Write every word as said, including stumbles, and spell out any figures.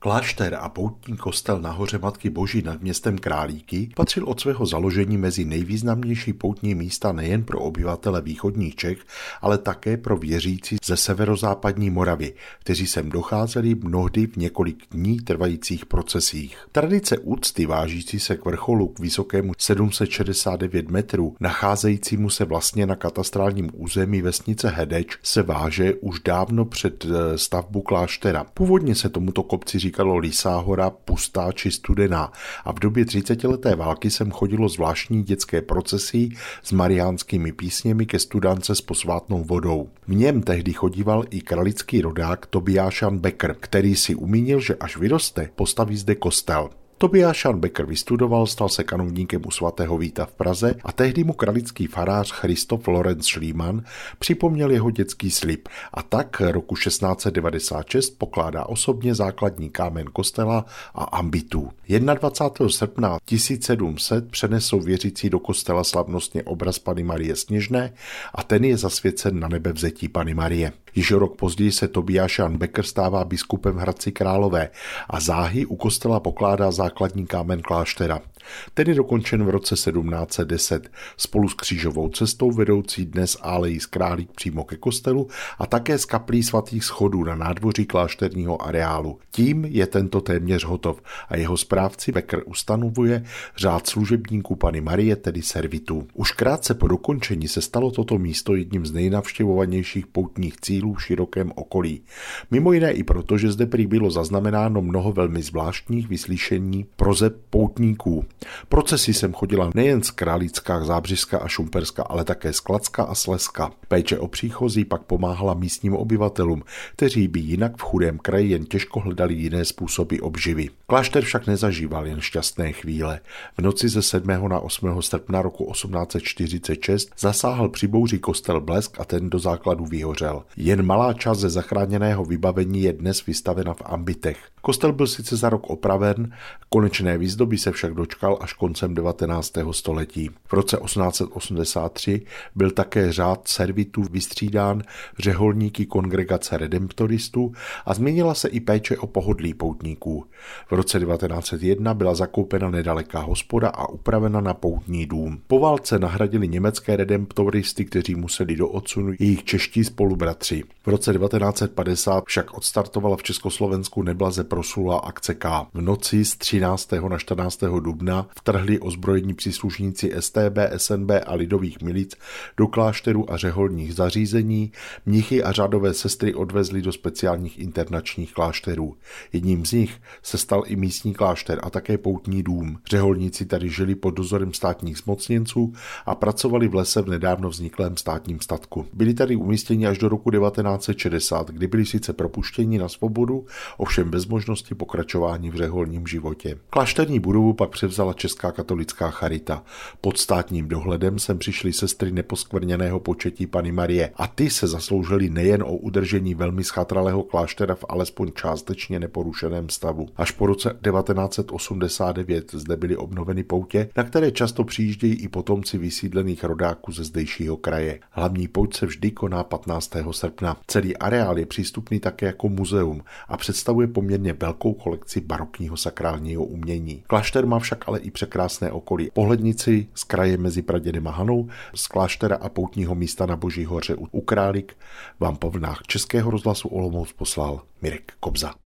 Klášter a poutní kostel na hoře Matky Boží nad městem Králíky patřil od svého založení mezi nejvýznamnější poutní místa nejen pro obyvatele východních Čech, ale také pro věřící ze severozápadní Moravy, kteří sem docházeli mnohdy v několik dní trvajících procesích. Tradice úcty vážící se k vrcholu k vysokému sedm set šedesát devět metrů, nacházejícímu se vlastně na katastrálním území vesnice Hedeč, se váže už dávno před stavbu kláštera. Původně se tomuto kopci říkalo Lysá hora, Pustá či Studená a v době třicetileté války sem chodilo zvláštní dětské procesí s mariánskými písněmi ke studance s posvátnou vodou. V něm tehdy chodíval i kralický rodák Tobiáš Jan Becker, který si umínil, že až vyroste, postaví zde kostel. Tobiáš Jan Becker vystudoval, stal se kanovníkem u svatého Víta v Praze a tehdy mu kralický farář Christoph Lorenz Schliemann připomněl jeho dětský slib a tak roku šestnáct set devadesát šest pokládá osobně základní kámen kostela a ambitů. dvacátého prvního srpna tisíc sedm set přenesou věřící do kostela slavnostně obraz Panny Marie Sněžné a ten je zasvěcen na nebevzetí Panny Marie. Již rok později se Tobiáš Jan Becker stává biskupem v Hradci Králové a záhy u kostela pokládá základní kámen kláštera. Ten je dokončen v roce sedmnáct set deset spolu s křížovou cestou vedoucí dnes alejí z Králík přímo ke kostelu a také s kaplí svatých schodů na nádvoří klášterního areálu. Tím je tento téměř hotov a jeho správci Becker ustanovuje řád služebníků Panny Marie, tedy servitů. Už krátce po dokončení se stalo toto místo jedním z nejnavštěvovanějších poutních cílů v širokém okolí. Mimo jiné i proto, že zde prý bylo zaznamenáno mnoho velmi zvláštních vyslíšení proseb poutníků. Procesy sem chodila nejen z Králícka, Zábřežska a Šumperska, ale také z Kladska a Slezska. Péče o příchozí pak pomáhala místním obyvatelům, kteří by jinak v chudém kraji jen těžko hledali jiné způsoby obživy. Klášter však nezažíval jen šťastné chvíle. V noci ze sedmého na osmého srpna roku osmnáct set čtyřicet šest zasáhl při bouři kostel blesk a ten do základu vyhořel. Jen malá část ze zachráněného vybavení je dnes vystavena v ambitech. Kostel byl sice za rok opraven, konečné výzdoby se však dočkal až koncem devatenáctého století. V roce osmnáct set osmdesát tři byl také řád servitů vystřídán řeholníky kongregace redemptoristů a změnila se i péče o pohodlí poutníků. V roce devatenáct set jedna byla zakoupena nedaleká hospoda a upravena na poutní dům. Po válce nahradili německé redemptoristy, kteří museli do odsunu jejich čeští spolubratři. V roce devatenáct set padesát však odstartovala v Československu neblaze proslulá akce K. V noci z třináctého na čtrnáctého dubna vtrhli ozbrojení příslušníci S T B, S N B a lidových milic do klášterů a řeholních zařízení, mnichy a řádové sestry odvezli do speciálních internačních klášterů. Jedním z nich se stal i místní klášter a také poutní dům. Řeholníci tady žili pod dozorem státních zmocněnců a pracovali v lese v nedávno vzniklém státním statku. Byli tady umístěni až do roku devatenáct set šedesát, kdy byli sice propuštěni na svobodu, ovšem bez možnosti pokračování v řeholním životě. Klášterní budovu pak převzala Česká katolická charita. Pod státním dohledem sem přišly sestry neposkvrněného početí Panny Marie a ty se zasloužily nejen o udržení velmi schatralého kláštera v alespoň částečně neporušeném stavu. Až po roce devatenáct set osmdesát devět zde byly obnoveny poutě, na které často přijíždějí i potomci vysídlených rodáků ze zdejšího kraje. Hlavní pouť se vždy koná patnáctého srpna. Celý areál je přístupný také jako muzeum a představuje poměrně velkou kolekci barokního sakrálního umění. Klášter má však ale i překrásné okolí. Pohlednici z kraje mezi Pradědem a Hanou, z kláštera a poutního místa na Boží hoře u Králík vám po vlnách Českého rozhlasu Olomouc poslal Mirek Kobza.